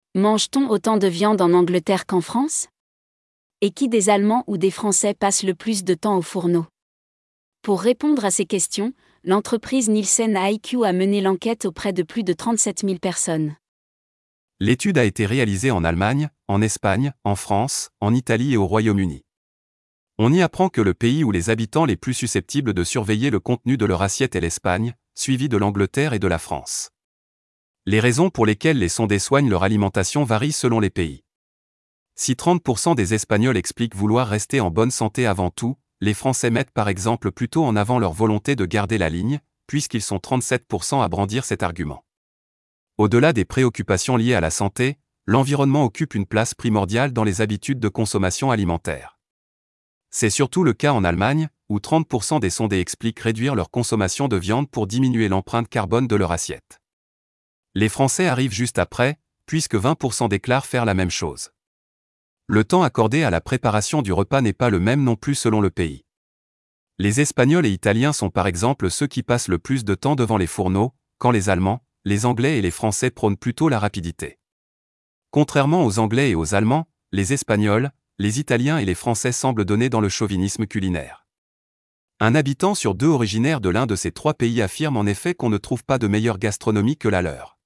Mange-t-on autant de viande en Angleterre qu'en France? Et qui des Allemands ou des Français passe le plus de temps au fourneau? Pour répondre à ces questions, l'entreprise Nielsen IQ a mené l'enquête auprès de plus de 37 000 personnes. L'étude a été réalisée en Allemagne, en Espagne, en France, en Italie et au Royaume-Uni. On y apprend que le pays où les habitants les plus susceptibles de surveiller le contenu de leur assiette est l'Espagne, suivi de l'Angleterre et de la France. Les raisons pour lesquelles les sondés soignent leur alimentation varient selon les pays. Si 30% des Espagnols expliquent vouloir rester en bonne santé avant tout, les Français mettent par exemple plutôt en avant leur volonté de garder la ligne, puisqu'ils sont 37% à brandir cet argument. Au-delà des préoccupations liées à la santé, l'environnement occupe une place primordiale dans les habitudes de consommation alimentaire. C'est surtout le cas en Allemagne, où 30% des sondés expliquent réduire leur consommation de viande pour diminuer l'empreinte carbone de leur assiette. Les Français arrivent juste après, puisque 20% déclarent faire la même chose. Le temps accordé à la préparation du repas n'est pas le même non plus selon le pays. Les Espagnols et Italiens sont par exemple ceux qui passent le plus de temps devant les fourneaux, quand les Allemands, les Anglais et les Français prônent plutôt la rapidité. Contrairement aux Anglais et aux Allemands, les Espagnols, les Italiens et les Français semblent donner dans le chauvinisme culinaire. Un habitant sur deux originaire de l'un de ces trois pays affirme en effet qu'on ne trouve pas de meilleure gastronomie que la leur.